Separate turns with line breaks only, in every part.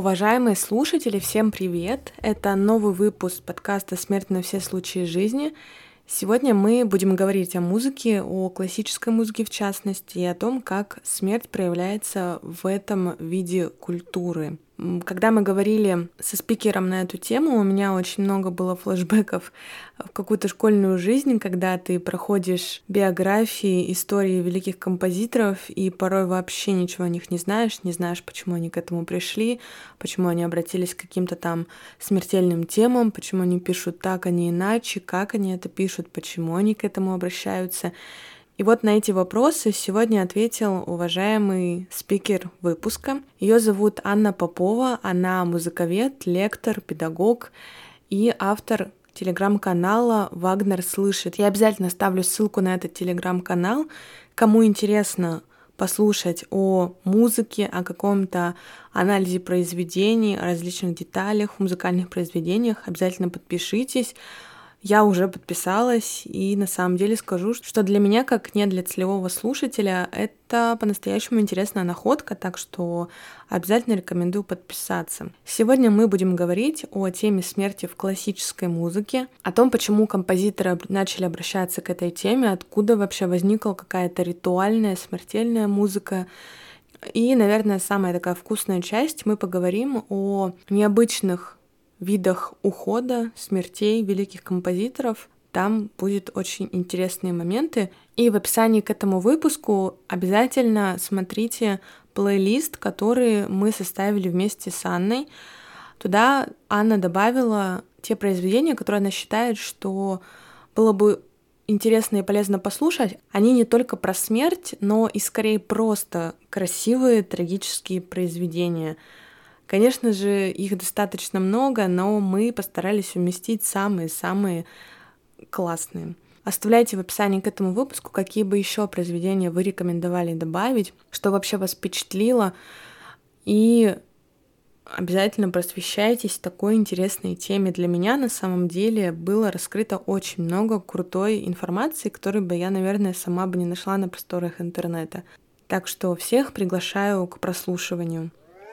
Уважаемые слушатели, всем привет! Это новый выпуск подкаста «Смерть на все случаи жизни». Сегодня мы будем говорить о музыке, о классической музыке в частности, и о том, как смерть проявляется в этом виде культуры. Когда мы говорили со спикером на эту тему, у меня очень много было флешбеков в какую-то школьную жизнь, когда ты проходишь биографии, истории великих композиторов, и порой вообще ничего о них не знаешь, почему они к этому пришли, почему они обратились к каким-то там смертельным темам, почему они пишут так, а не иначе, как они это пишут, почему они к этому обращаются. И вот на эти вопросы сегодня ответил уважаемый спикер выпуска. Ее зовут Анна Попова, она музыковед, лектор, педагог и автор телеграм-канала «Вагнер слышит». Я обязательно оставлю ссылку на этот телеграм-канал. Кому интересно послушать о музыке, о каком-то анализе произведений, о различных деталях в музыкальных произведениях, обязательно подпишитесь. Я уже подписалась, и на самом деле скажу, что для меня, как не для целевого слушателя, это по-настоящему интересная находка, так что обязательно рекомендую подписаться. Сегодня мы будем говорить о теме смерти в классической музыке, о том, почему композиторы начали обращаться к этой теме, откуда вообще возникла какая-то ритуальная смертельная музыка. И, наверное, самая такая вкусная часть, мы поговорим о необычных видах ухода, смертей великих композиторов. Там будут очень интересные моменты. И в описании к этому выпуску обязательно смотрите плейлист, который мы составили вместе с Анной. Туда Анна добавила те произведения, которые она считает, что было бы интересно и полезно послушать. Они не только про смерть, но и скорее просто красивые, трагические произведения. Конечно же, их достаточно много, но мы постарались уместить самые-самые классные. Оставляйте в описании к этому выпуску, какие бы еще произведения вы рекомендовали добавить, что вообще вас впечатлило, и обязательно просвещайтесь такой интересной теме. Для меня на самом деле было раскрыто очень много крутой информации, которую бы я, наверное, сама бы не нашла на просторах интернета. Так что всех приглашаю к прослушиванию.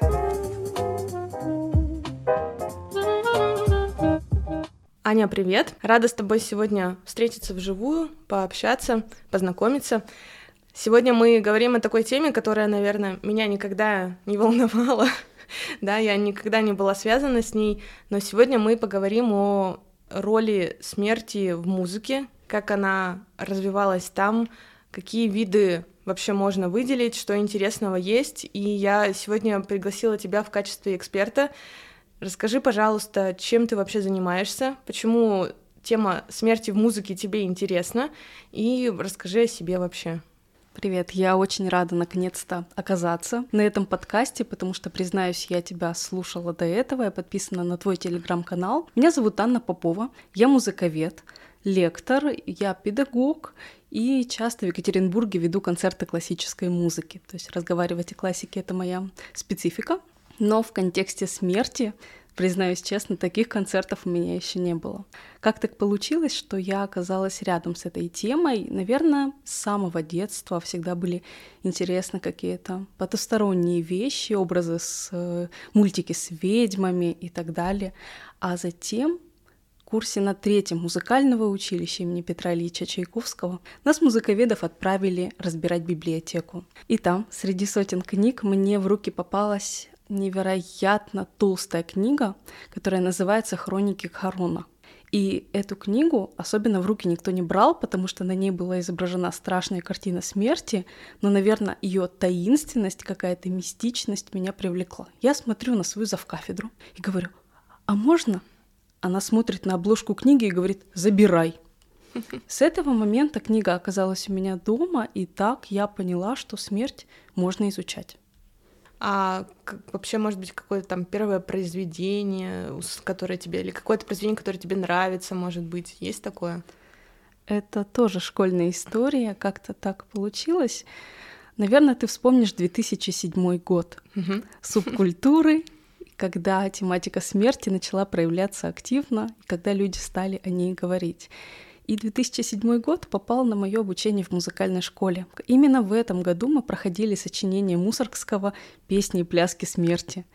Аня, привет! Рада с тобой сегодня встретиться вживую, пообщаться, познакомиться. Сегодня мы говорим о такой теме, которая, наверное, меня никогда не волновала. Да, я никогда не была связана с ней, но сегодня мы поговорим о роли смерти в музыке, как она развивалась там, какие виды вообще можно выделить, что интересного есть. И я сегодня пригласила тебя в качестве эксперта. Расскажи, пожалуйста, чем ты вообще занимаешься, почему тема смерти в музыке тебе интересна, и расскажи о себе вообще.
Привет, я очень рада наконец-то оказаться на этом подкасте, потому что, признаюсь, я тебя слушала до этого, я подписана на твой телеграм-канал. Меня зовут Анна Попова, я музыковед, лектор, я педагог, и часто в Екатеринбурге веду концерты классической музыки. То есть разговаривать о классике — это моя специфика. Но в контексте смерти, признаюсь честно, таких концертов у меня еще не было. Как так получилось, что я оказалась рядом с этой темой? Наверное, с самого детства всегда были интересны какие-то потусторонние вещи, образы мультики с ведьмами и так далее. А затем в курсе на 3-м музыкального училища имени Петра Ильича Чайковского нас, музыковедов, отправили разбирать библиотеку. И там, среди сотен книг, мне в руки попалась невероятно толстая книга, которая называется «Хроники Кхарона». И эту книгу особенно в руки никто не брал, потому что на ней была изображена страшная картина смерти, но, наверное, ее таинственность, какая-то мистичность меня привлекла. Я смотрю на свою завкафедру и говорю: «А можно?» Она смотрит на обложку книги и говорит: «Забирай». С этого момента книга оказалась у меня дома, и так я поняла, что смерть можно изучать.
А вообще, может быть, какое-то там первое произведение, которое тебе, или какое-то произведение, которое тебе нравится, может быть, есть такое?
Это тоже школьная история, как-то так получилось. Наверное, ты вспомнишь 2007 год. Субкультуры, когда тематика смерти начала проявляться активно, и когда люди стали о ней говорить. И 2007 год попал на мое обучение в музыкальной школе. Именно в этом году мы проходили сочинение Мусоргского «Песни и пляски смерти».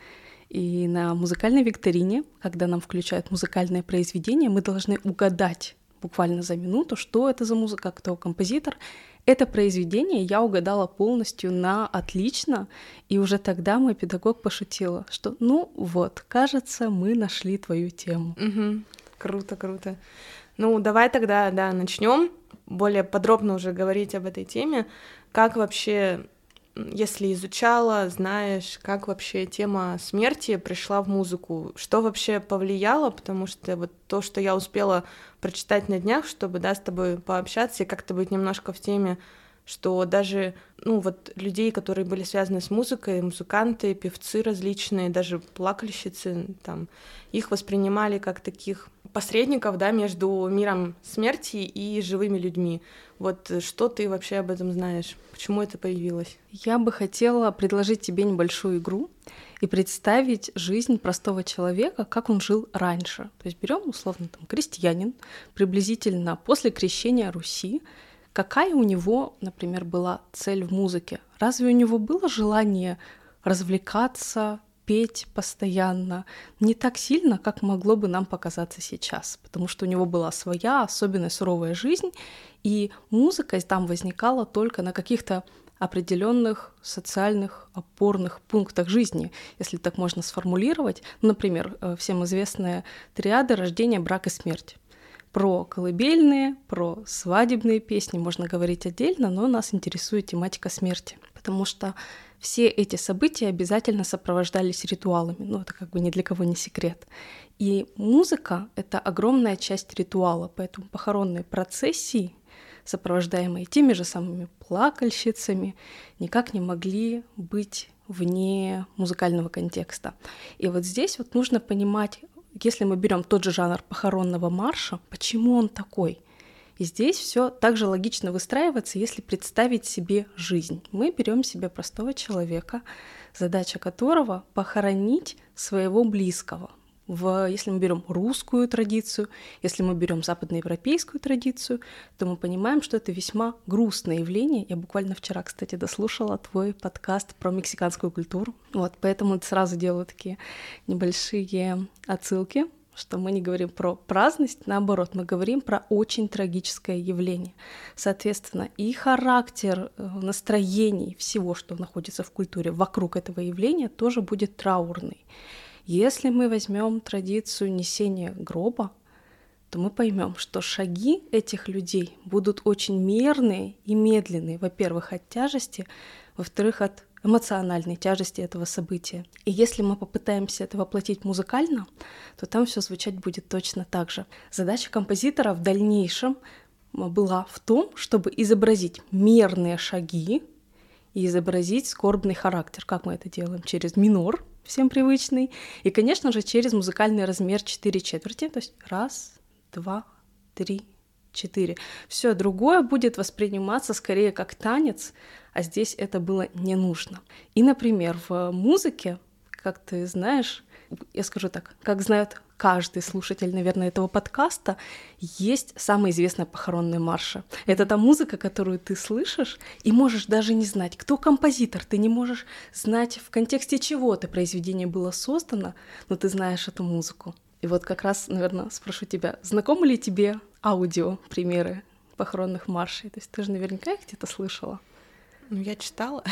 И на музыкальной викторине, когда нам включают музыкальное произведение, мы должны угадать буквально за минуту, что это за музыка, кто композитор. Это произведение я угадала полностью на отлично, и уже тогда мой педагог пошутила, что ну вот, кажется, мы нашли твою тему.
Угу. Круто, круто. Ну, давай тогда, да, начнем более подробно уже говорить об этой теме. Как вообще, если изучала, знаешь, как вообще тема смерти пришла в музыку? Что вообще повлияло? Потому что вот то, что я успела прочитать на днях, чтобы, да, с тобой пообщаться и как-то быть немножко в теме, что даже, ну, вот людей, которые были связаны с музыкой, музыканты, певцы различные, даже плакальщицы, там, их воспринимали как таких посредников, да, между миром смерти и живыми людьми. Вот что ты вообще об этом знаешь? Почему это появилось?
Я бы хотела предложить тебе небольшую игру и представить жизнь простого человека, как он жил раньше. То есть берем условно там крестьянин, приблизительно после крещения Руси. Какая у него, например, была цель в музыке? Разве у него было желание развлекаться, петь постоянно? Не так сильно, как могло бы нам показаться сейчас, потому что у него была своя особенная суровая жизнь, и музыка там возникала только на каких-то определенных социальных опорных пунктах жизни, если так можно сформулировать. Например, всем известная триада рождения, брак и смерть. Про колыбельные, про свадебные песни можно говорить отдельно, но нас интересует тематика смерти, потому что все эти события обязательно сопровождались ритуалами, ну это как бы ни для кого не секрет. И музыка — это огромная часть ритуала, поэтому похоронные процессии, сопровождаемые теми же самыми плакальщицами, никак не могли быть вне музыкального контекста. И вот здесь вот нужно понимать, если мы берем тот же жанр похоронного марша, почему он такой? И здесь все также логично выстраивается, если представить себе жизнь. Мы берем себе простого человека, задача которого — похоронить своего близкого. Если мы берем русскую традицию, если мы берем западноевропейскую традицию, то мы понимаем, что это весьма грустное явление. Я буквально вчера, кстати, дослушала твой подкаст про мексиканскую культуру. Вот, поэтому сразу делаю такие небольшие отсылки, что мы не говорим про праздность, наоборот, мы говорим про очень трагическое явление. Соответственно, и характер настроений всего, что находится в культуре вокруг этого явления, тоже будет траурный. Если мы возьмем традицию несения гроба, то мы поймем, что шаги этих людей будут очень мерные и медленные, во-первых, от тяжести, во-вторых, от эмоциональной тяжести этого события. И если мы попытаемся это воплотить музыкально, то там все звучать будет точно так же. Задача композитора в дальнейшем была в том, чтобы изобразить мерные шаги и изобразить скорбный характер. Как мы это делаем? Через минор, всем привычный, и, конечно же, через музыкальный размер 4/4, то есть 1, 2, 3, 4. Все другое будет восприниматься скорее как танец, а здесь это было не нужно. И, например, в музыке, как ты знаешь, я скажу так, как знают каждый слушатель, наверное, этого подкаста, есть самые известные похоронные марши. Это та музыка, которую ты слышишь, и можешь даже не знать, кто композитор, ты не можешь знать, в контексте чего это произведение было создано, но ты знаешь эту музыку. И вот как раз, наверное, спрошу тебя, знакомы ли тебе аудиопримеры похоронных маршей? То есть ты же наверняка их где-то слышала.
Ну, я читала.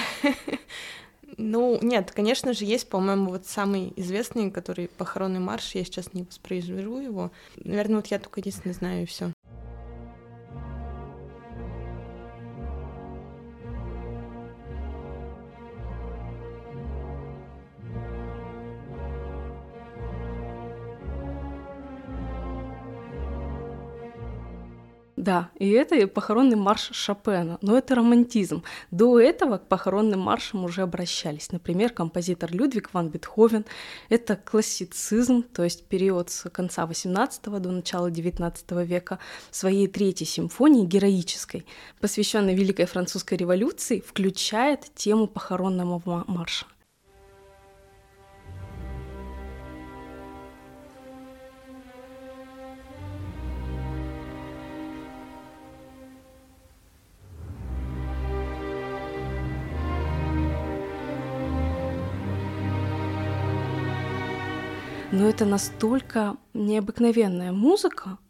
Ну, нет, конечно же, есть, по-моему, вот самый известный, который похоронный марш, я сейчас не воспроизвожу его. Наверное, вот я только единственное знаю, и все.
Да, и это похоронный марш Шопена, но это романтизм. До этого к похоронным маршам уже обращались. Например, композитор Людвиг ван Бетховен. Это классицизм, то есть период с конца XVIII до начала XIX века. В своей третьей симфонии, героической, посвященной Великой Французской революции, включает тему похоронного марша. Но это настолько необыкновенная музыка,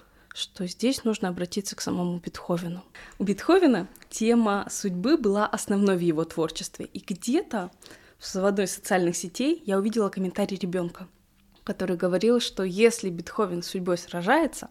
что здесь нужно обратиться к самому Бетховену. У Бетховена тема судьбы была основной в его творчестве. И где-то в одной из социальных сетей я увидела комментарий ребенка, который говорил, что если Бетховен с судьбой сражается,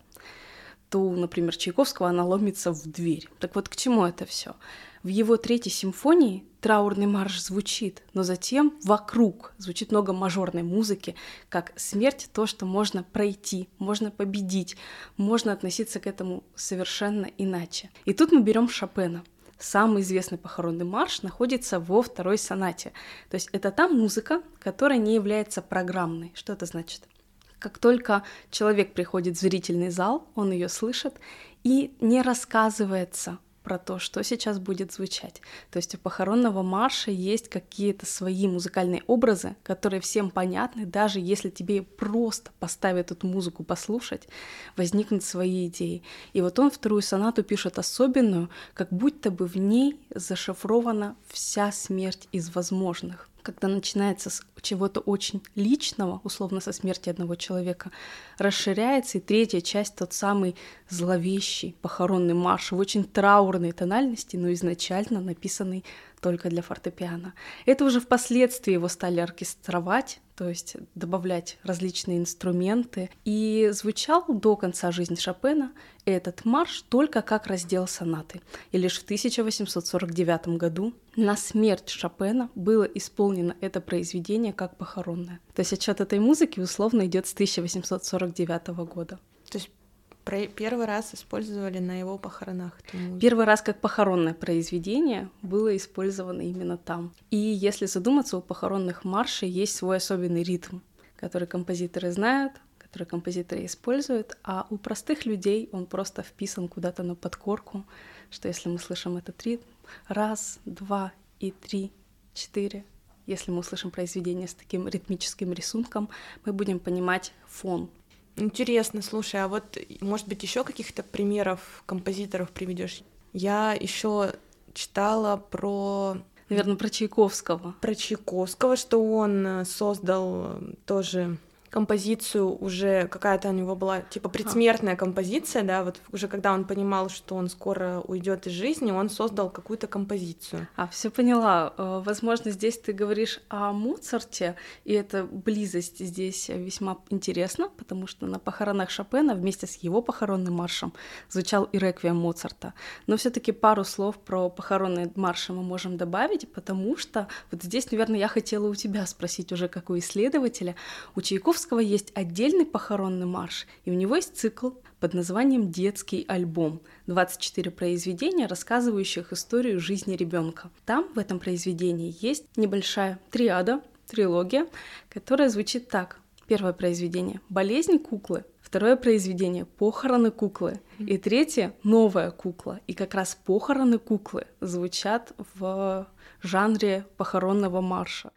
то, например, Чайковского она ломится в дверь. Так вот, к чему это все? В его третьей симфонии траурный марш звучит, но затем вокруг звучит много мажорной музыки, как смерть — то, что можно пройти, можно победить, можно относиться к этому совершенно иначе. И тут мы берем Шопена. Самый известный похоронный марш находится во второй сонате. То есть это та музыка, которая не является программной. Что это значит? Как только человек приходит в зрительный зал, он ее слышит, и не рассказывается про то, что сейчас будет звучать. То есть у похоронного марша есть какие-то свои музыкальные образы, которые всем понятны, даже если тебе просто поставят эту музыку послушать, возникнут свои идеи. И вот он вторую сонату пишет особенную, как будто бы в ней зашифрована вся смерть из возможных. Когда начинается с чего-то очень личного, условно со смерти одного человека, расширяется, и третья часть, тот самый зловещий похоронный марш в очень траурной тональности, но изначально написанный только для фортепиано. Это уже впоследствии его стали оркестровать, то есть добавлять различные инструменты. И звучал до конца жизни Шопена этот марш только как раздел сонаты. И лишь в 1849 году на смерть Шопена было исполнено это произведение как похоронное. То есть отсчет этой музыки условно идет с 1849 года.
То есть первый раз использовали на его похоронах эту музыку.
Первый раз как похоронное произведение было использовано именно там. И если задуматься, у похоронных маршей есть свой особенный ритм, который композиторы знают, который композиторы используют, а у простых людей он просто вписан куда-то на подкорку, что если мы слышим этот ритм, 1, 2 и 3, 4, если мы услышим произведение с таким ритмическим рисунком, мы будем понимать фон.
Интересно, слушай, а вот, может быть, еще каких-то примеров композиторов приведешь? Я еще читала про...
Наверное, про Чайковского.
Про Чайковского, что он создал тоже композицию, уже какая-то у него была типа предсмертная композиция, да, вот уже когда он понимал, что он скоро уйдет из жизни, он создал какую-то композицию.
Все поняла. Возможно, здесь ты говоришь о Моцарте, и эта близость здесь весьма интересна, потому что на похоронах Шопена вместе с его похоронным маршем звучал и реквием Моцарта. Но все-таки пару слов про похоронные марши мы можем добавить, потому что вот здесь, наверное, я хотела у тебя спросить уже, как у исследователя. У Чайковского есть отдельный похоронный марш, и у него есть цикл под названием «Детский альбом». 24 произведения, рассказывающих историю жизни ребенка. Там, в этом произведении, есть небольшая триада, трилогия, которая звучит так. Первое произведение — «Болезнь куклы», второе произведение — «Похороны куклы», и третье — «Новая кукла». И как раз похороны куклы звучат в жанре похоронного марша.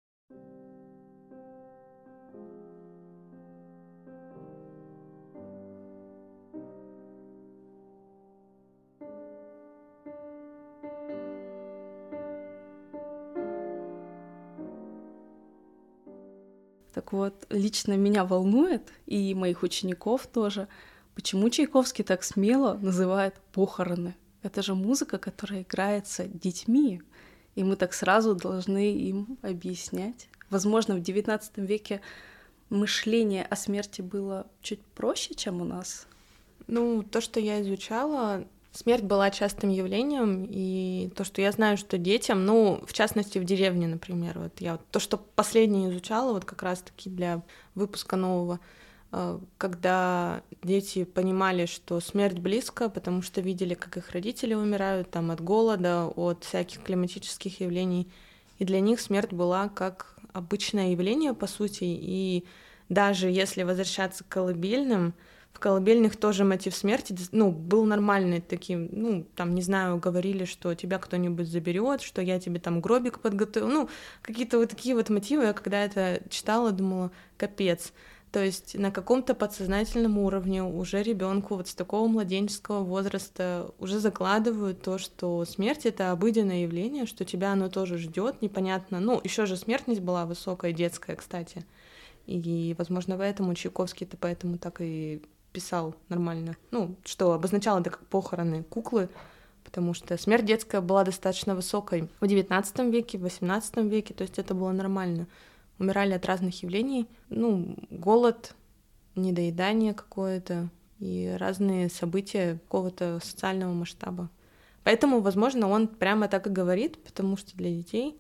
Так вот, лично меня волнует, и моих учеников тоже, почему Чайковский так смело называет похороны. Это же музыка, которая играется детьми, и мы так сразу должны им объяснять. Возможно, в XIX веке мышление о смерти было чуть проще, чем у нас.
Ну, то, что я изучала, смерть была частым явлением, и то, что я знаю, что детям, ну, в частности, в деревне, например, вот я вот то, что последнее изучала, вот как раз-таки для выпуска нового, когда дети понимали, что смерть близко, потому что видели, как их родители умирают там от голода, от всяких климатических явлений, и для них смерть была как обычное явление, по сути, и даже если возвращаться к колыбельным, в колыбельных тоже мотив смерти, ну, был нормальный таким, ну, там, не знаю, говорили, что тебя кто-нибудь заберет, что я тебе там гробик подготовил, ну, какие-то вот такие вот мотивы. Я когда это читала, думала, капец. То есть на каком-то подсознательном уровне уже ребенку вот с такого младенческого возраста уже закладывают то, что смерть — это обыденное явление, что тебя оно тоже ждет, непонятно. Ну, еще же смертность была высокая, детская, кстати. И, возможно, поэтому Чайковский-то поэтому так и писал нормально. Ну, что обозначало это как похороны куклы, потому что смерть детская была достаточно высокой в XIX веке, в XVIII веке, то есть это было нормально. Умирали от разных явлений, ну, голод, недоедание какое-то и разные события какого-то социального масштаба. Поэтому, возможно, он прямо так и говорит, потому что для детей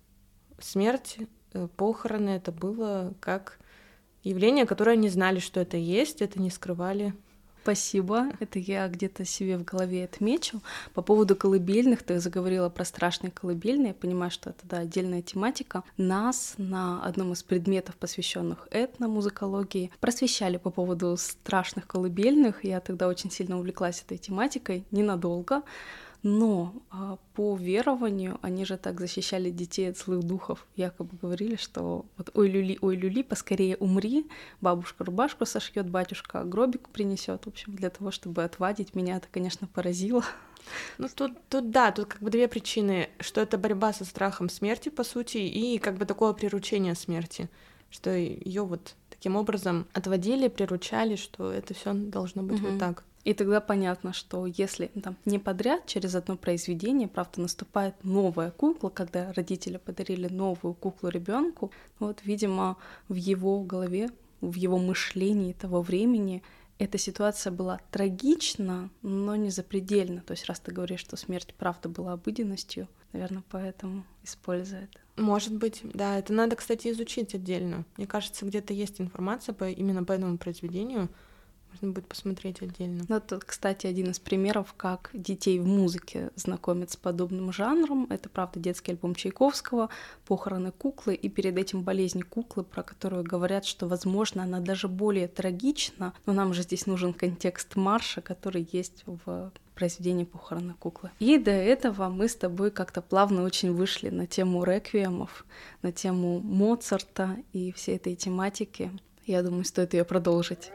смерть, похороны — это было как явление, которое они знали, что это есть, это не скрывали.
Спасибо, это я где-то себе в голове отмечу. По поводу колыбельных, ты заговорила про страшные колыбельные, я понимаю, что это, да, отдельная тематика. Нас на одном из предметов, посвященных этномузыкологии, просвещали по поводу страшных колыбельных. Я тогда очень сильно увлеклась этой тематикой, ненадолго. Но по верованию они же так защищали детей от злых духов. Якобы говорили, что вот ой, люли, поскорее умри, бабушка рубашку сошьет, батюшка гробик принесет. В общем, для того, чтобы отвадить меня, это, конечно, поразило.
Ну, тут да, тут как бы две причины, что это борьба со страхом смерти, по сути, и как бы такое приручение смерти, что ее вот таким образом отводили, приручали, что это все должно быть вот так.
И тогда понятно, что если там не подряд через одно произведение, правда, наступает новая кукла, когда родители подарили новую куклу ребенку, вот, видимо, в его голове, в его мышлении того времени эта ситуация была трагична, но не запредельна. То есть раз ты говоришь, что смерть, правда, была обыденностью, наверное, поэтому использует.
Может быть, да. Это надо, кстати, изучить отдельно. Мне кажется, где-то есть информация именно по этому произведению. Можно будет посмотреть отдельно.
Ну, это, кстати, один из примеров, как детей в музыке знакомят с подобным жанром. Это, правда, детский альбом Чайковского «Похороны куклы», и перед этим «Болезнь куклы», про которую говорят, что, возможно, она даже более трагична, но нам же здесь нужен контекст марша, который есть в произведении «Похороны куклы». И до этого мы с тобой как-то плавно очень вышли на тему реквиемов, на тему Моцарта и всей этой тематики. Я думаю, стоит ее продолжить.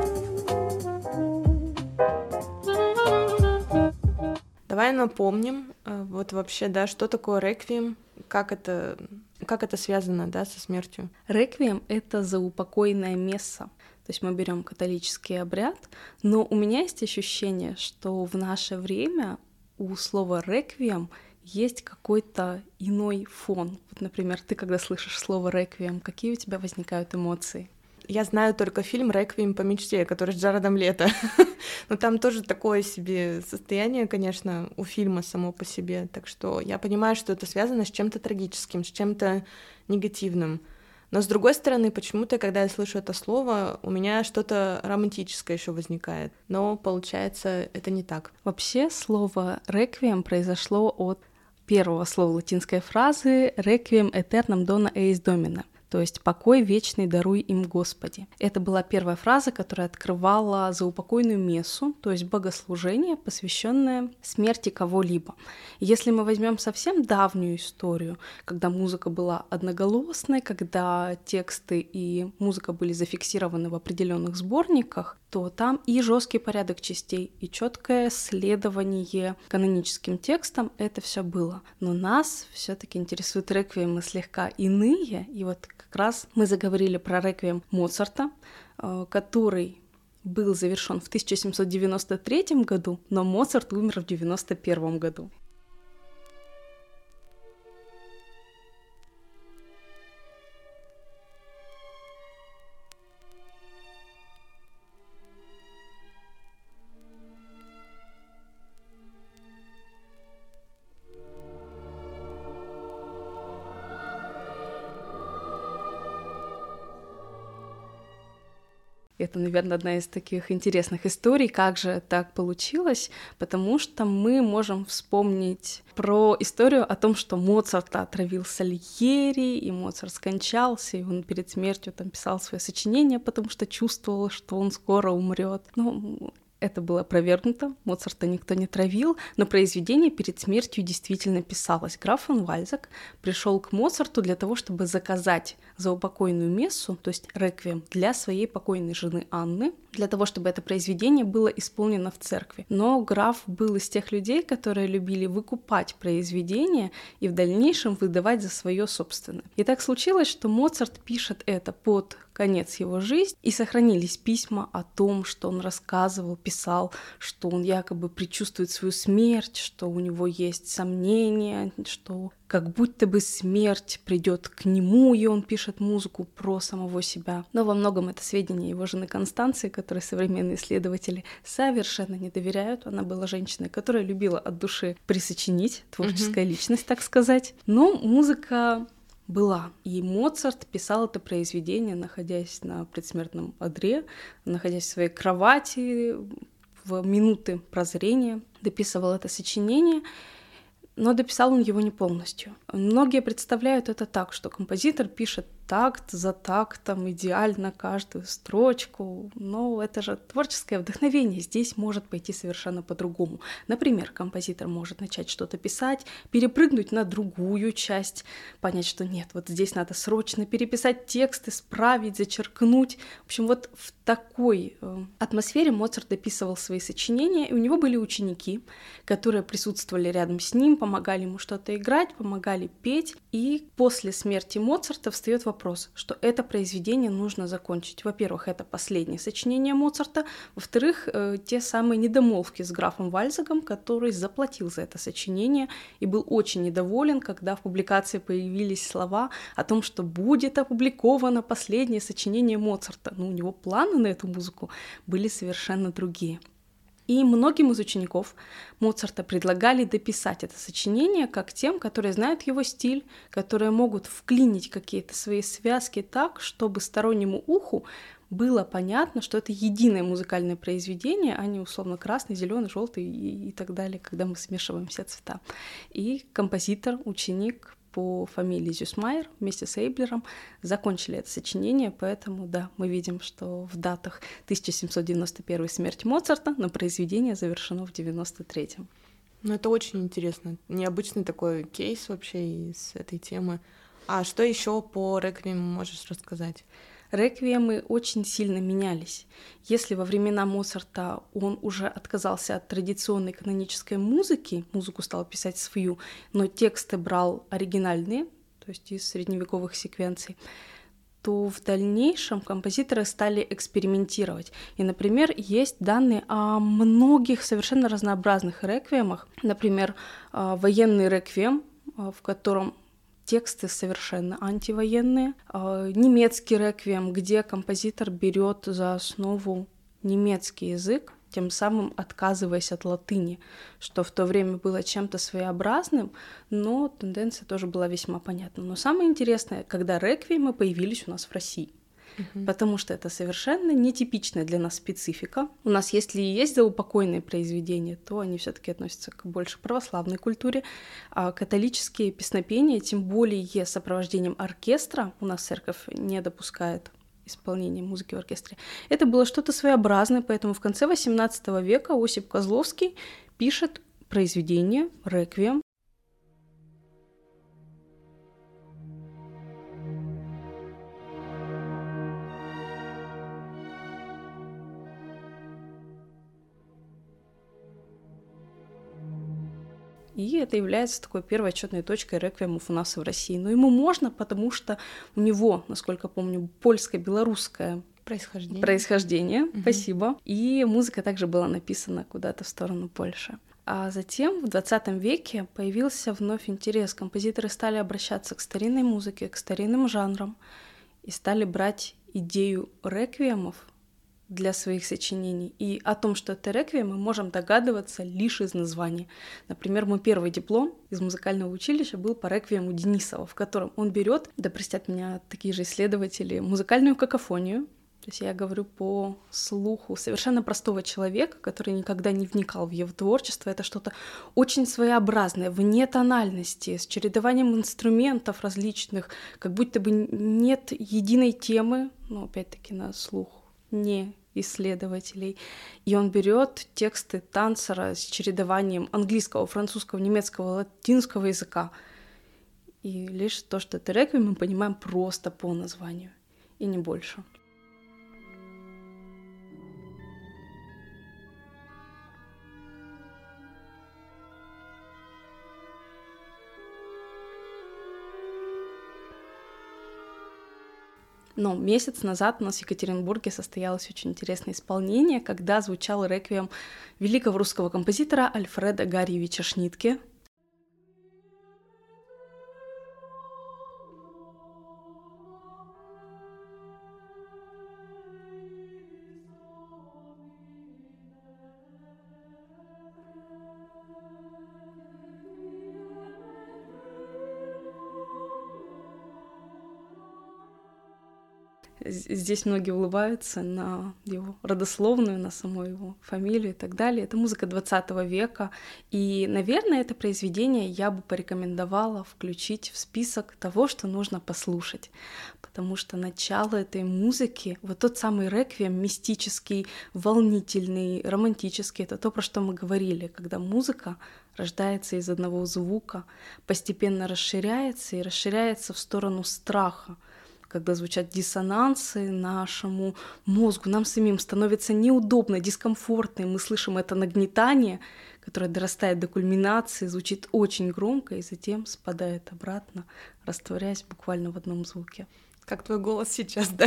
Давай напомним, вот вообще, да, что такое реквием, как это связано, да, со смертью.
Реквием — это заупокойное месса. То есть мы берем католический обряд, но у меня есть ощущение, что в наше время у слова реквием есть какой-то иной фон. Вот, например, ты, когда слышишь слово реквием, какие у тебя возникают эмоции?
Я знаю только фильм «Реквием по мечте», который с Джаредом Лето. Но там тоже такое себе состояние, конечно, у фильма само по себе. Так что я понимаю, что это связано с чем-то трагическим, с чем-то негативным. Но с другой стороны, почему-то, когда я слышу это слово, у меня что-то романтическое еще возникает. Но получается, это не так.
Вообще слово «реквием» произошло от первого слова латинской фразы «requiem aeternam dona eis domine», то есть «покой вечный даруй им, Господи». Это была первая фраза, которая открывала заупокойную мессу, то есть богослужение, посвященное смерти кого-либо. Если мы возьмем совсем давнюю историю, когда музыка была одноголосной, когда тексты и музыка были зафиксированы в определенных сборниках, то там и жесткий порядок частей, и четкое следование каноническим текстам, это все было. Но нас все-таки интересуют реквиемы слегка иные, и вот как раз мы заговорили про реквием Моцарта, который был завершен в 1793 году, но Моцарт умер в 1991 году. Это, наверное, одна из таких интересных историй, как же так получилось, потому что мы можем вспомнить про историю о том, что Моцарта отравил Сальери, и Моцарт скончался, и он перед смертью там писал свое сочинение, потому что чувствовал, что он скоро умрет. Это было опровергнуто, Моцарта никто не травил, но произведение перед смертью действительно писалось. Граф фон Вальзак пришел к Моцарту для того, чтобы заказать заупокойную мессу, то есть реквием, для своей покойной жены Анны. для того, чтобы это произведение было исполнено в церкви. Но граф был из тех людей, которые любили выкупать произведение и в дальнейшем выдавать за свое собственное. И так случилось, что Моцарт пишет это под конец его жизни, и сохранились письма о том, что он рассказывал, писал, что он якобы предчувствует свою смерть, что у него есть сомнения, что как будто бы смерть придет к нему, и он пишет музыку про самого себя. Но во многом это сведения его жены Констанции, которой современные исследователи совершенно не доверяют. Она была женщиной, которая любила от души присочинить, творческая личность, так сказать. Но музыка была. И Моцарт писал это произведение, находясь на предсмертном одре, находясь в своей кровати, в минуты прозрения, дописывал это сочинение, но дописал он его не полностью. Многие представляют это так, что композитор пишет такт за тактом, идеально каждую строчку, но это же творческое вдохновение, здесь может пойти совершенно по-другому. Например, композитор может начать что-то писать, перепрыгнуть на другую часть, понять, что нет, вот здесь надо срочно переписать текст, исправить, зачеркнуть. В общем, вот в такой атмосфере Моцарт дописывал свои сочинения, и у него были ученики, которые присутствовали рядом с ним, помогали ему что-то играть, помогали петь, и после смерти Моцарта встает вопрос, что это произведение нужно закончить. Во-первых, это последнее сочинение Моцарта, во-вторых, те самые недомолвки с графом Вальзегом, который заплатил за это сочинение и был очень недоволен, когда в публикации появились слова о том, что будет опубликовано последнее сочинение Моцарта. Но у него планы на эту музыку были совершенно другие. И многим из учеников Моцарта предлагали дописать это сочинение как тем, которые знают его стиль, которые могут вклинить какие-то свои связки так, чтобы стороннему уху было понятно, что это единое музыкальное произведение, а не условно красный, зеленый, желтый и так далее, когда мы смешиваем все цвета. И композитор, ученик по фамилии Зюсмайер вместе с Эйблером закончили это сочинение, поэтому, да, мы видим, что в датах 1791 смерть Моцарта, но произведение завершено в 93-м.
Ну, это очень интересно. Необычный такой кейс вообще из этой темы. А что еще по реквиему можешь рассказать?
Реквиемы очень сильно менялись. Если во времена Моцарта он уже отказался от традиционной канонической музыки, музыку стал писать свою, но тексты брал оригинальные, то есть из средневековых секвенций, то в дальнейшем композиторы стали экспериментировать. И, например, есть данные о многих совершенно разнообразных реквиемах. Например, военный реквием, в котором тексты совершенно антивоенные. Немецкий реквием, где композитор берет за основу немецкий язык, тем самым отказываясь от латыни, что в то время было чем-то своеобразным, но тенденция тоже была весьма понятна. Но самое интересное, когда реквиемы появились у нас в России. Потому что это совершенно нетипичная для нас специфика. У нас, если и есть заупокойные произведения, то они все-таки относятся к больше православной культуре, а католические песнопения, тем более с сопровождением оркестра, у нас церковь не допускает исполнения музыки в оркестре. Это было что-то своеобразное, поэтому в конце XVIII века Осип Козловский пишет произведение «Реквием». И это является такой первой отчетной точкой реквиемов у нас в России. Но ему можно, потому что у него, насколько помню, польско-белорусское происхождение. Спасибо. И музыка также была написана куда-то в сторону Польши. А затем в 20 веке появился вновь интерес. Композиторы стали обращаться к старинной музыке, к старинным жанрам и стали брать идею реквиемов для своих сочинений. И о том, что это реквием, мы можем догадываться лишь из названия. Например, мой первый диплом из музыкального училища был по реквиему Денисова, в котором он берет, да простят меня такие же исследователи, музыкальную какофонию. То есть я говорю по слуху совершенно простого человека, который никогда не вникал в его творчество. Это что-то очень своеобразное, вне тональности, с чередованием инструментов различных, как будто бы нет единой темы, но опять-таки на слух не исследователей. И он берет тексты Танцера с чередованием английского, французского, немецкого, латинского языка. И лишь то, что это реквием, мы понимаем просто по названию, и не больше. Но месяц назад у нас в Екатеринбурге состоялось очень интересное исполнение, когда звучал реквием великого русского композитора Альфреда Гарьевича Шнитке. Здесь многие улыбаются на его родословную, на саму его фамилию и так далее. Это музыка 20 века. И, наверное, это произведение я бы порекомендовала включить в список того, что нужно послушать. Потому что начало этой музыки, вот тот самый реквием мистический, волнительный, романтический, это то, про что мы говорили, когда музыка рождается из одного звука, постепенно расширяется и расширяется в сторону страха. Когда звучат диссонансы нашему мозгу, нам самим становится неудобно, дискомфортно, и мы слышим это нагнетание, которое дорастает до кульминации, звучит очень громко и затем спадает обратно, растворяясь буквально в одном звуке.
Как твой голос сейчас, да?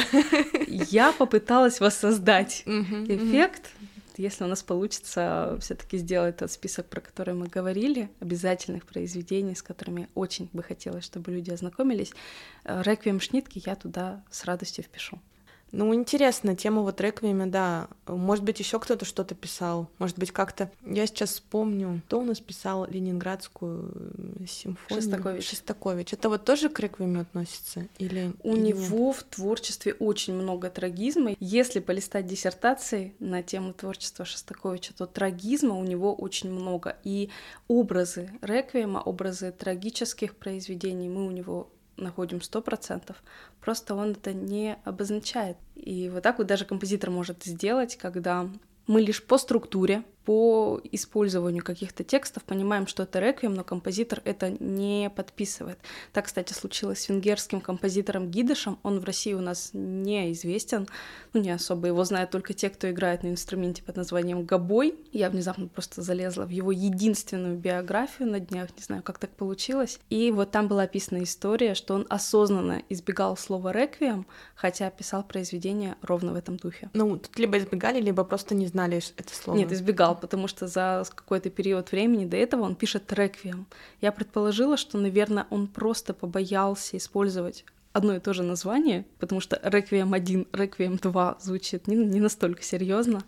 Я попыталась воссоздать эффект. Если у нас получится все-таки сделать тот список, про который мы говорили, обязательных произведений, с которыми очень бы хотелось, чтобы люди ознакомились, реквием Шнитке я туда с радостью впишу.
Ну, интересно, тема вот реквиема, да. Может быть, еще кто-то что-то писал. Может быть, как-то... Я сейчас вспомню, кто у нас писал Ленинградскую симфонию? Шостакович. Это вот тоже к реквиему относится? Или
него в творчестве очень много трагизма. Если полистать диссертации на тему творчества Шостаковича, то трагизма у него очень много. И образы реквиема, образы трагических произведений мы у него находим 100%, просто он это не обозначает. И вот так вот даже композитор может сделать, когда мы лишь по структуре, по использованию каких-то текстов понимаем, что это реквием, но композитор это не подписывает. Так, кстати, случилось с венгерским композитором Гидышем. Он в России у нас неизвестен, не особо. Его знают только те, кто играет на инструменте под названием гобой. Я внезапно просто залезла в его единственную биографию на днях, не знаю, как так получилось. И вот там была описана история, что он осознанно избегал слова реквием, хотя писал произведение ровно в этом духе.
Ну, тут либо избегали, либо просто не знали это слово.
Нет, избегал, потому что за какой-то период времени до этого он пишет реквием. Я предположила, что, наверное, он просто побоялся использовать одно и то же название, потому что реквием 1, реквием 2 звучит не настолько серьезно.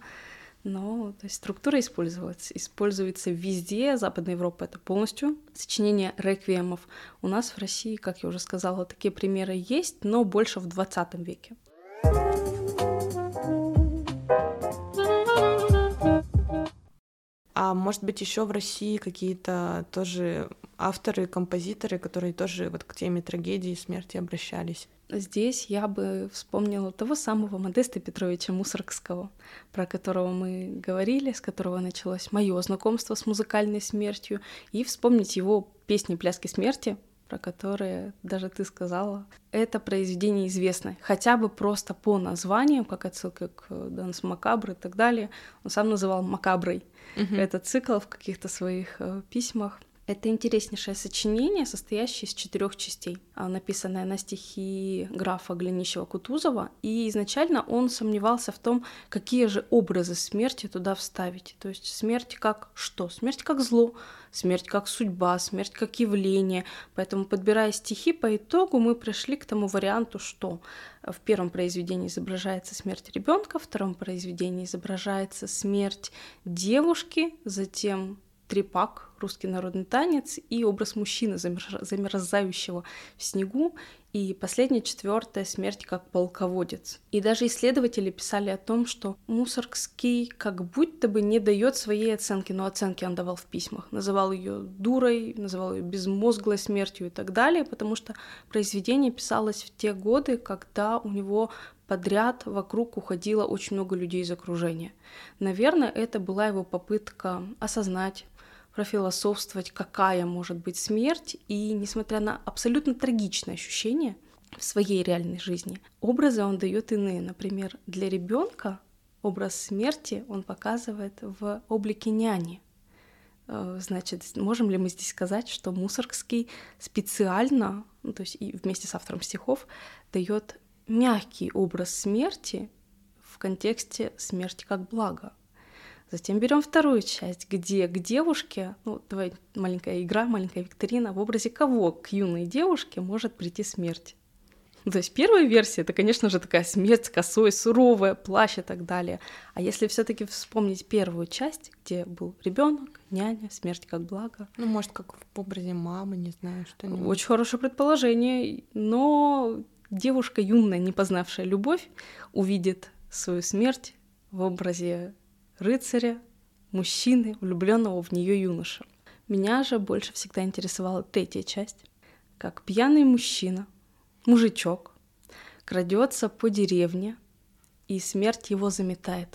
Но то есть структура используется везде. Западная Европа — это полностью сочинение реквиемов. У нас в России, как я уже сказала, такие примеры есть, но больше в 20 веке.
А может быть, еще в России какие-то тоже авторы, композиторы, которые тоже вот к теме трагедии и смерти обращались?
Здесь я бы вспомнила того самого Модеста Петровича Мусоргского, про которого мы говорили, с которого началось мое знакомство с музыкальной смертью, и вспомнить его песни «Пляски смерти», про которые даже ты сказала. Это произведение известно, хотя бы просто по названию, как отсылка к «Данс Макабр» и так далее. Он сам называл «Макаброй» этот цикл в каких-то своих письмах. Это интереснейшее сочинение, состоящее из 4 частей, написанное на стихи графа Голенищева-Кутузова, и изначально он сомневался в том, какие же образы смерти туда вставить. То есть смерть как что? Смерть как зло, смерть как судьба, смерть как явление. Поэтому, подбирая стихи, по итогу мы пришли к тому варианту, что в первом произведении изображается смерть ребенка, в втором произведении изображается смерть девушки, затем трепак, русский народный танец, и образ мужчины, замерзающего в снегу, и последняя, 4-я, смерть как полководец. И даже исследователи писали о том, что Мусоргский как будто бы не дает своей оценки, но оценки он давал в письмах. Называл ее дурой, называл ее безмозглой смертью и так далее, потому что произведение писалось в те годы, когда у него подряд вокруг уходило очень много людей из окружения. Наверное, это была его попытка осознать, профилософствовать, какая может быть смерть, и несмотря на абсолютно трагичное ощущение в своей реальной жизни, образы он дает иные. Например, для ребенка образ смерти он показывает в облике няни. Значит, можем ли мы здесь сказать, что Мусоргский специально, то есть и вместе с автором стихов, дает мягкий образ смерти в контексте смерти как благо. Затем берем вторую часть, где к девушке, давай маленькая игра, маленькая викторина, в образе кого к юной девушке может прийти смерть. То есть первая версия — это, конечно же, такая смерть с косой, суровая, плащ и так далее. А если все-таки вспомнить первую часть, где был ребенок, няня, смерть как благо.
Может, как в образе мамы, не знаю, что-нибудь.
Очень хорошее предположение, но девушка юная, не познавшая любовь, увидит свою смерть в образе рыцаря, мужчины, влюбленного в нее юноша. Меня же больше всегда интересовала третья часть, как пьяный мужчина, мужичок, крадется по деревне, и смерть его заметает.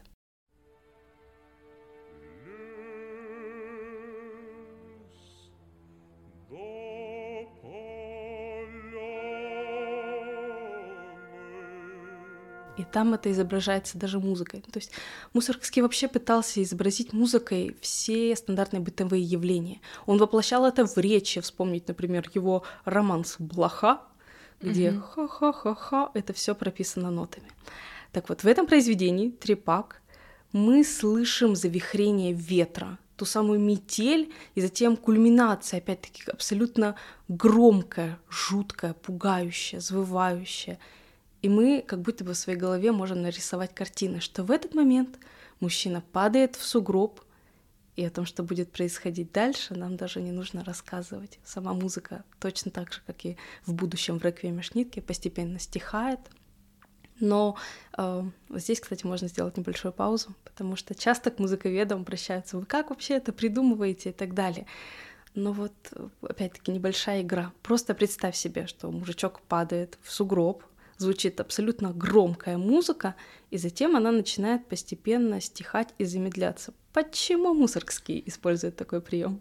И там это изображается даже музыкой. То есть Мусоргский вообще пытался изобразить музыкой все стандартные бытовые явления. Он воплощал это в речи. Вспомнить, например, его романс «Блоха», где ха-ха-ха-ха, это все прописано нотами. Так вот, в этом произведении «Трепак» мы слышим завихрение ветра, ту самую метель, и затем кульминация, опять-таки, абсолютно громкая, жуткая, пугающая, завывающая. И мы как будто бы в своей голове можем нарисовать картины, что в этот момент мужчина падает в сугроб, и о том, что будет происходить дальше, нам даже не нужно рассказывать. Сама музыка точно так же, как и в будущем в «Реквиеме Шнитке», постепенно стихает. Но здесь, кстати, можно сделать небольшую паузу, потому что часто к музыковедам обращаются: «Вы как вообще это придумываете?» и так далее. Но вот, опять-таки, небольшая игра. Просто представь себе, что мужичок падает в сугроб, звучит абсолютно громкая музыка, и затем она начинает постепенно стихать и замедляться. Почему Мусоргский использует такой прием?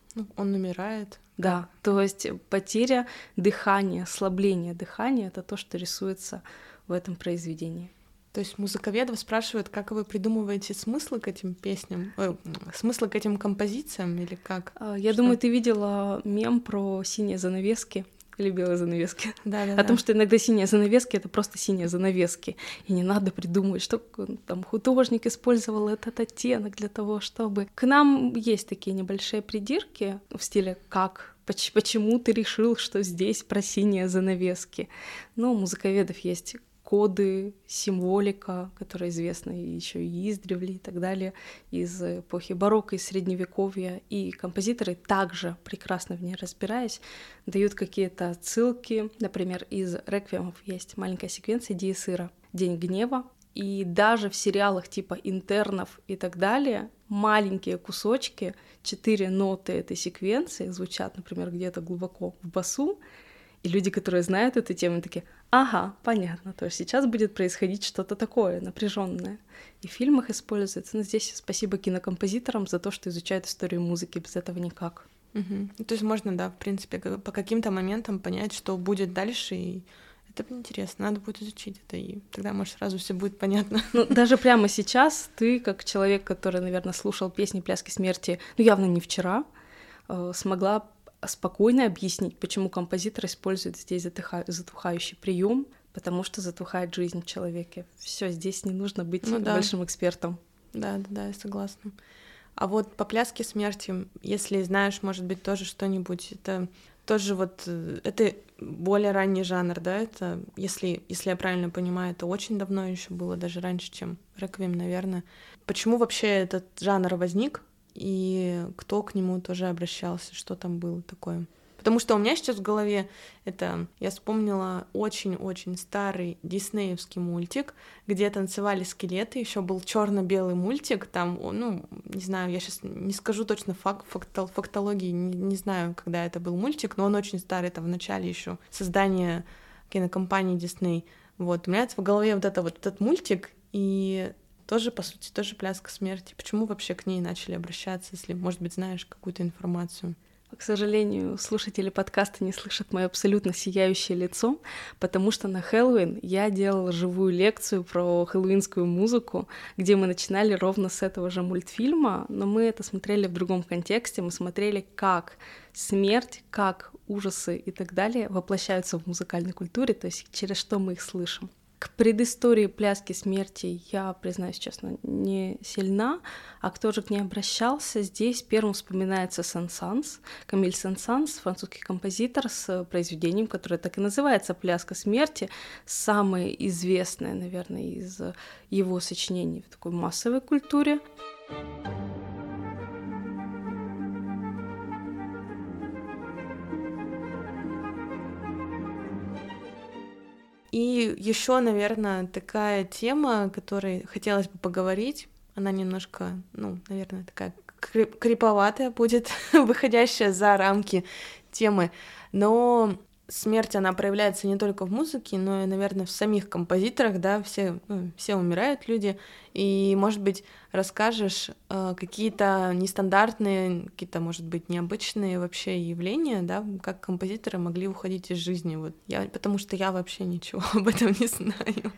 Он умирает.
Да, то есть потеря дыхания, ослабление дыхания — это то, что рисуется в этом произведении.
То есть музыковедов спрашивают, как вы придумываете смыслы к этим песням, смыслы к этим композициям или как?
Я думаю, ты видела мем про синие занавески или белые занавески.
Да.
О том, что иногда синие занавески — это просто синие занавески, и не надо придумывать, что там художник использовал этот оттенок для того, чтобы... К нам есть такие небольшие придирки в стиле «как?», «почему ты решил, что здесь про синие занавески?». Но у музыковедов есть коды, символика, которая известна еще и издревле и так далее, из эпохи барокко, из Средневековья. И композиторы, также прекрасно в ней разбираясь, дают какие-то отсылки. Например, из реквиемов есть маленькая секвенция Диез Ира «День гнева». И даже в сериалах типа «Интернов» и так далее маленькие кусочки, 4 ноты этой секвенции звучат, например, где-то глубоко в басу, и люди, которые знают эту тему, такие: ага, понятно, то есть сейчас будет происходить что-то такое напряженное. И в фильмах используется. Но здесь спасибо кинокомпозиторам за то, что изучают историю музыки, без этого никак.
То есть можно, да, в принципе, по каким-то моментам понять, что будет дальше, и это интересно, надо будет изучить это, и тогда, может, сразу все будет понятно.
Даже прямо сейчас ты, как человек, который, наверное, слушал песни «Пляски смерти», явно не вчера, смогла спокойно объяснить, почему композитор использует здесь затухающий прием, потому что затухает жизнь в человеке. Все, здесь не нужно быть большим экспертом.
Да, я согласна. А вот по «Пляске смерти», если знаешь, может быть, тоже что-нибудь, это тоже это более ранний жанр, да? Это, если я правильно понимаю, это очень давно еще было, даже раньше, чем «Реквием», наверное. Почему вообще этот жанр возник? И кто к нему тоже обращался, что там было такое? Потому что у меня сейчас в голове я вспомнила очень-очень старый диснеевский мультик, где танцевали скелеты, еще был черно-белый мультик, там, не знаю, я сейчас не скажу точно фактологии, не знаю, когда это был мультик, но он очень старый, это в начале еще создания кинокомпании Disney. Вот, у меня в голове этот мультик, и тоже, по сути, тоже «Пляска смерти». Почему вообще к ней начали обращаться, если, может быть, знаешь какую-то информацию?
К сожалению, слушатели подкаста не слышат моё абсолютно сияющее лицо, потому что на Хэллоуин я делала живую лекцию про хэллоуинскую музыку, где мы начинали ровно с этого же мультфильма, но мы это смотрели в другом контексте, мы смотрели, как смерть, как ужасы и так далее воплощаются в музыкальной культуре, то есть через что мы их слышим. К предыстории «Пляски смерти» я, признаюсь честно, не сильна, а кто же к ней обращался? Здесь первым вспоминается Сен-Санс, Камиль Сен-Санс, французский композитор с произведением, которое так и называется «Пляска смерти», самое известное, наверное, из его сочинений в такой массовой культуре.
И еще, наверное, такая тема, о которой хотелось бы поговорить, она немножко, наверное, такая криповатая будет, выходящая за рамки темы, но смерть, она проявляется не только в музыке, но и, наверное, в самих композиторах, да, все умирают люди, и, может быть, расскажешь какие-то нестандартные, какие-то, может быть, необычные вообще явления, да, как композиторы могли уходить из жизни, потому что я вообще ничего об этом не знаю.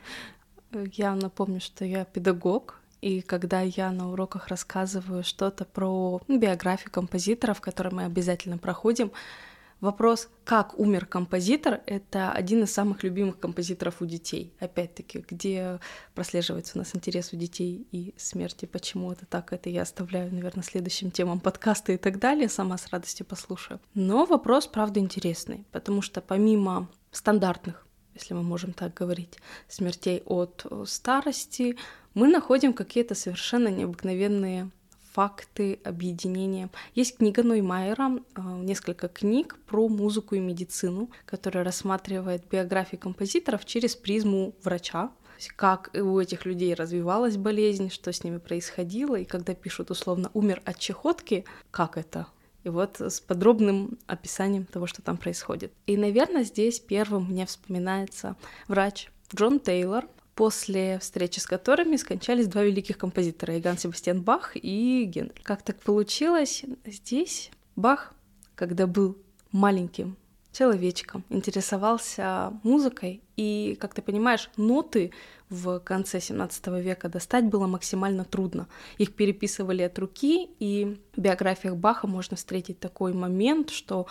Я напомню, что я педагог, и когда я на уроках рассказываю что-то про биографию композиторов, которые мы обязательно проходим, вопрос, как умер композитор, это один из самых любимых композиторов у детей. Опять-таки, где прослеживается у нас интерес у детей и смерти, почему это так, это я оставляю, наверное, следующим темам подкаста и так далее, сама с радостью послушаю. Но вопрос, правда, интересный, потому что помимо стандартных, если мы можем так говорить, смертей от старости, мы находим какие-то совершенно необыкновенные факты, объединения. Есть книга Ноймайера, несколько книг про музыку и медицину, которая рассматривает биографии композиторов через призму врача, как у этих людей развивалась болезнь, что с ними происходило, и когда пишут условно «умер от чехотки», как это? И вот с подробным описанием того, что там происходит. И, наверное, здесь первым мне вспоминается врач Джон Тейлор, после встречи с которыми скончались два великих композитора — Иоганн Себастьян Бах и Гендель. Как так получилось? Здесь Бах, когда был маленьким человечком, интересовался музыкой, и, как ты понимаешь, ноты в конце 17 века достать было максимально трудно. Их переписывали от руки, и в биографиях Баха можно встретить такой момент, что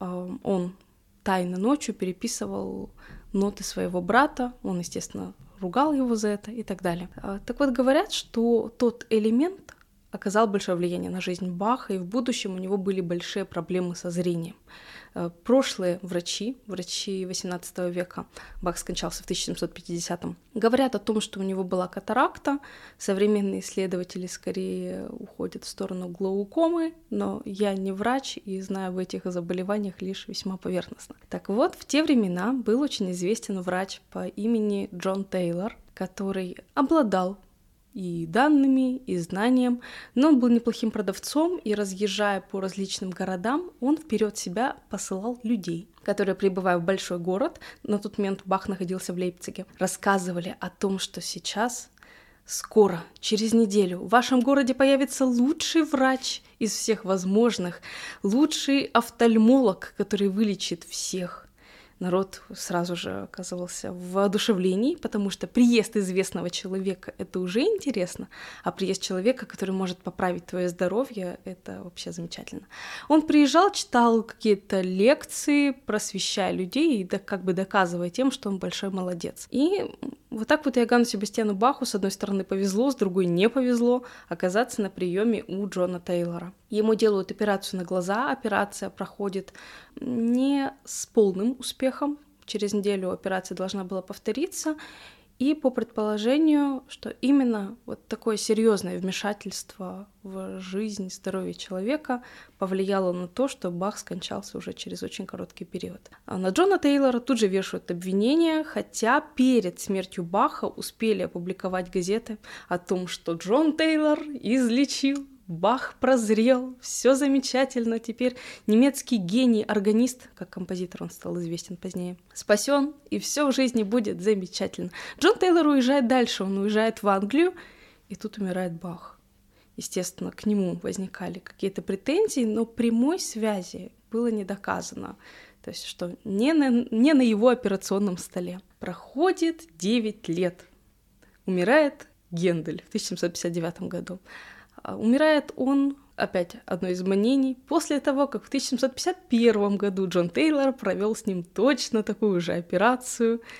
он тайно ночью переписывал ноты своего брата, он, естественно, ругал его за это и так далее. Так вот, говорят, что тот элемент оказал большое влияние на жизнь Баха, и в будущем у него были большие проблемы со зрением. Прошлые врачи XVIII века, Бах скончался в 1750-м, говорят о том, что у него была катаракта. Современные исследователи скорее уходят в сторону глаукомы, но я не врач и знаю об этих заболеваниях лишь весьма поверхностно. Так вот, в те времена был очень известен врач по имени Джон Тейлор, который обладал и данными, и знанием, но он был неплохим продавцом, и, разъезжая по различным городам, он вперед себя посылал людей, которые, прибывая в большой город, на тот момент Бах находился в Лейпциге, рассказывали о том, что сейчас, скоро, через неделю, в вашем городе появится лучший врач из всех возможных, лучший офтальмолог, который вылечит всех. Народ сразу же оказывался в воодушевлении, потому что приезд известного человека — это уже интересно, а приезд человека, который может поправить твое здоровье, это вообще замечательно. Он приезжал, читал какие-то лекции, просвещая людей и как бы доказывая тем, что он большой молодец. И вот так вот Иоганну Себастьяну Баху с одной стороны повезло, с другой не повезло оказаться на приеме у Джона Тейлора. Ему делают операцию на глаза, операция проходит не с полным успехом, через неделю операция должна была повториться, и по предположению, что именно вот такое серьезное вмешательство в жизнь, здоровье человека повлияло на то, что Бах скончался уже через очень короткий период. А на Джона Тейлора тут же вешают обвинения, хотя перед смертью Баха успели опубликовать газеты о том, что Джон Тейлор излечил, Бах прозрел, все замечательно, теперь немецкий гений, органист, как композитор он стал известен позднее, спасен, и все в жизни будет замечательно. Джон Тейлор уезжает дальше, он уезжает в Англию, и тут умирает Бах. Естественно, к нему возникали какие-то претензии, но прямой связи было не доказано. То есть, что не на его операционном столе. Проходит 9 лет. Умирает Гендель в 1759 году. Умирает он, опять одно из мнений, после того, как в 1751 году Джон Тейлор провел с ним точно такую же операцию,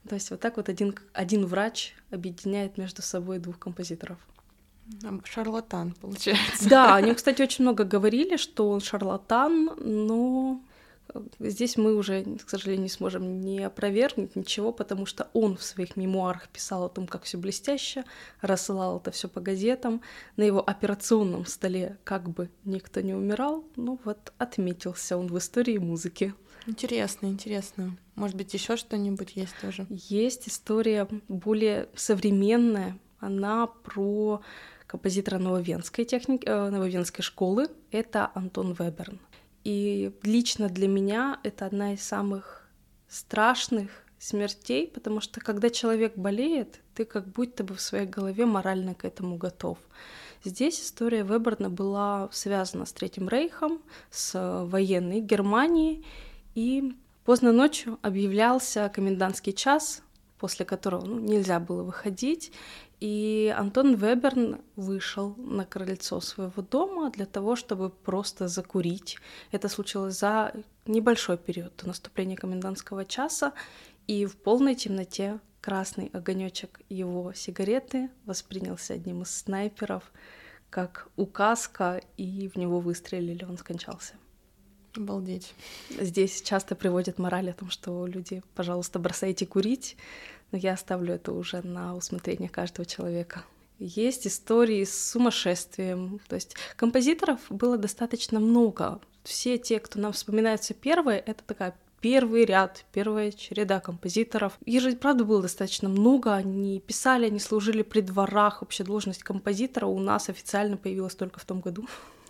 То есть вот так вот один врач объединяет между собой двух композиторов.
Шарлатан, получается.
Да, они, кстати, очень много говорили, что он шарлатан, но здесь мы уже, к сожалению, не сможем не опровергнуть ничего, потому что он в своих мемуарах писал о том, как все блестяще, рассылал это все по газетам. На его операционном столе как бы никто не умирал, но вот отметился он в истории музыки.
Интересно, интересно. Может быть, еще что-нибудь есть тоже?
Есть история более современная, она про композитора нововенской нововенской школы. Это Антон Веберн. И лично для меня это одна из самых страшных смертей, потому что когда человек болеет, ты как будто бы в своей голове морально к этому готов. Здесь история Веберна была связана с Третьим Рейхом, с военной Германией, и поздно ночью объявлялся комендантский час, после которого нельзя было выходить, и Антон Веберн вышел на крыльцо своего дома для того, чтобы просто закурить. Это случилось за небольшой период до наступления комендантского часа, и в полной темноте красный огонечек его сигареты воспринялся одним из снайперов как указка, и в него выстрелили, он скончался.
Обалдеть.
Здесь часто приводят мораль о том, что люди, пожалуйста, бросайте курить, но я оставлю это уже на усмотрение каждого человека. Есть истории с сумасшествием, то есть композиторов было достаточно много. Все те, кто нам вспоминается первые, это такая первый ряд, первая череда композиторов. Их же, правда, было достаточно много, они писали, они служили при дворах, вообще должность композитора у нас официально появилась только в том году.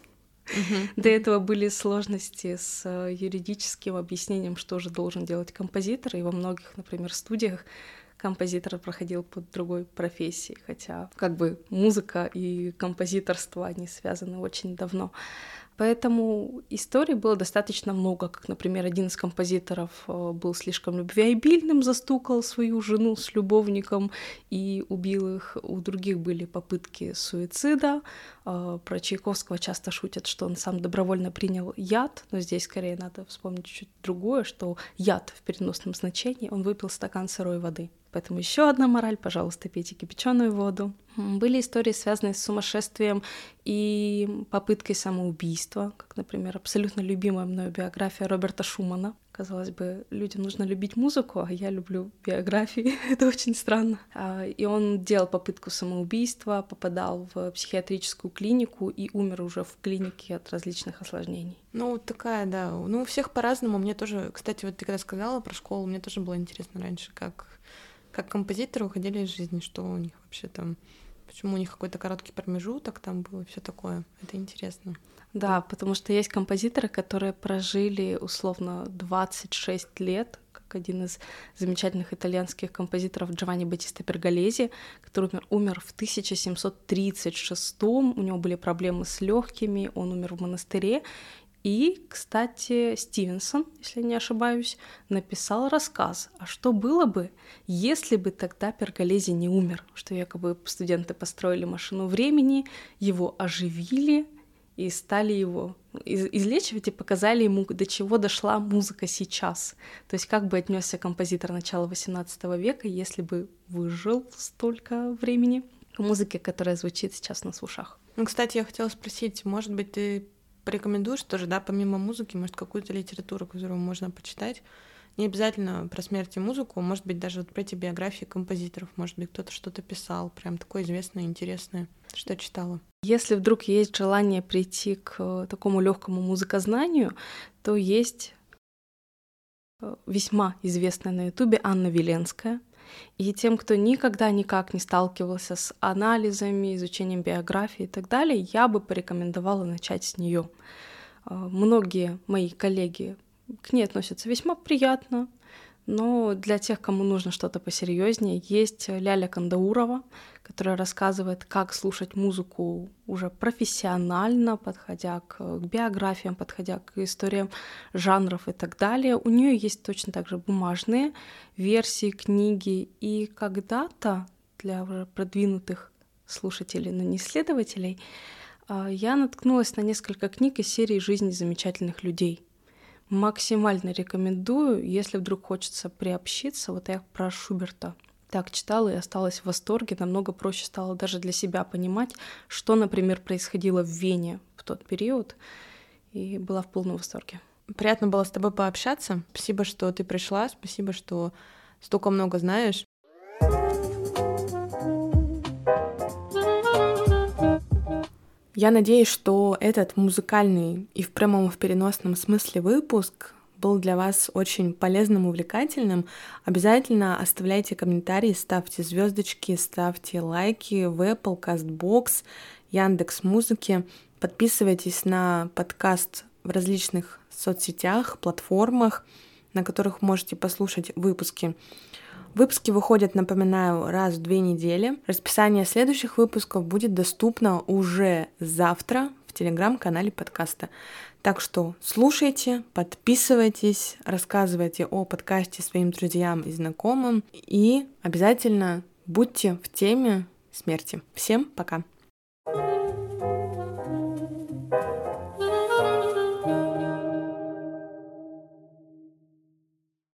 До этого были сложности с юридическим объяснением, что же должен делать композитор, и во многих, например, студиях композитор проходил под другой профессией, хотя как бы музыка и композиторство, они связаны очень давно. Поэтому историй было достаточно много, как, например, один из композиторов был слишком любвеобильным, застукал свою жену с любовником и убил их. У других были попытки суицида. Про Чайковского часто шутят, что он сам добровольно принял яд, но здесь скорее надо вспомнить чуть другое, что яд в переносном значении, он выпил стакан сырой воды. Поэтому еще одна мораль, пожалуйста, пейте кипяченую воду. Были истории, связанные с сумасшествием и попыткой самоубийства, как, например, абсолютно любимая мною биография Роберта Шумана. Казалось бы, людям нужно любить музыку, а я люблю биографии. Это очень странно. И он делал попытку самоубийства, попадал в психиатрическую клинику и умер уже в клинике от различных осложнений.
Ну, такая, да. Ну, у всех по-разному. Мне тоже, кстати, вот ты когда сказала про школу, мне тоже было интересно раньше, как композиторы уходили из жизни, что у них вообще там, почему у них какой-то короткий промежуток там был и все такое. Это интересно.
Да, потому что есть композиторы, которые прожили условно 26 лет, как один из замечательных итальянских композиторов Джованни Баттиста Перголези, который умер в 1736-м, у него были проблемы с легкими, он умер в монастыре. И, кстати, Стивенсон, если не ошибаюсь, написал рассказ, а что было бы, если бы тогда Перголези не умер, что якобы студенты построили машину времени, его оживили и стали его излечивать и показали ему, до чего дошла музыка сейчас. То есть как бы отнесся композитор начала XVIII века, если бы выжил столько времени к музыке, которая звучит сейчас на ушах.
Ну, кстати, я хотела спросить, может быть, ты порекомендуешь тоже, да, помимо музыки, может, какую-то литературу, которую можно почитать? Не обязательно про смерть и музыку, может быть, даже вот про эти биографии композиторов, может быть, кто-то что-то писал, прям такое известное, интересное, что читала.
Если вдруг есть желание прийти к такому легкому музыкознанию, то есть весьма известная на Ютубе Анна Веленская. И тем, кто никогда никак не сталкивался с анализами, изучением биографии и так далее, я бы порекомендовала начать с нее. Многие мои коллеги к ней относятся весьма приятно, но для тех, кому нужно что-то посерьезнее, есть Ляля Кандаурова, которая рассказывает, как слушать музыку уже профессионально, подходя к биографиям, подходя к историям жанров и так далее. У нее есть точно так же бумажные версии, книги, и когда-то для уже продвинутых слушателей, но не исследователей, я наткнулась на несколько книг из серии «Жизни замечательных людей». Максимально рекомендую, если вдруг хочется приобщиться. Вот я про Шуберта так читала и осталась в восторге. Намного проще стало даже для себя понимать, что, например, происходило в Вене в тот период. И была в полном восторге.
Приятно было с тобой пообщаться. Спасибо, что ты пришла. Спасибо, что столько много знаешь. Я надеюсь, что этот музыкальный и в прямом и в переносном смысле выпуск был для вас очень полезным и увлекательным. Обязательно оставляйте комментарии, ставьте звездочки, ставьте лайки в Apple, CastBox, Яндекс.Музыке. Подписывайтесь на подкаст в различных соцсетях, платформах, на которых можете послушать выпуски. Выпуски выходят, напоминаю, раз в 2 недели. Расписание следующих выпусков будет доступно уже завтра в телеграм-канале подкаста. Так что слушайте, подписывайтесь, рассказывайте о подкасте своим друзьям и знакомым и обязательно будьте в теме смерти. Всем пока!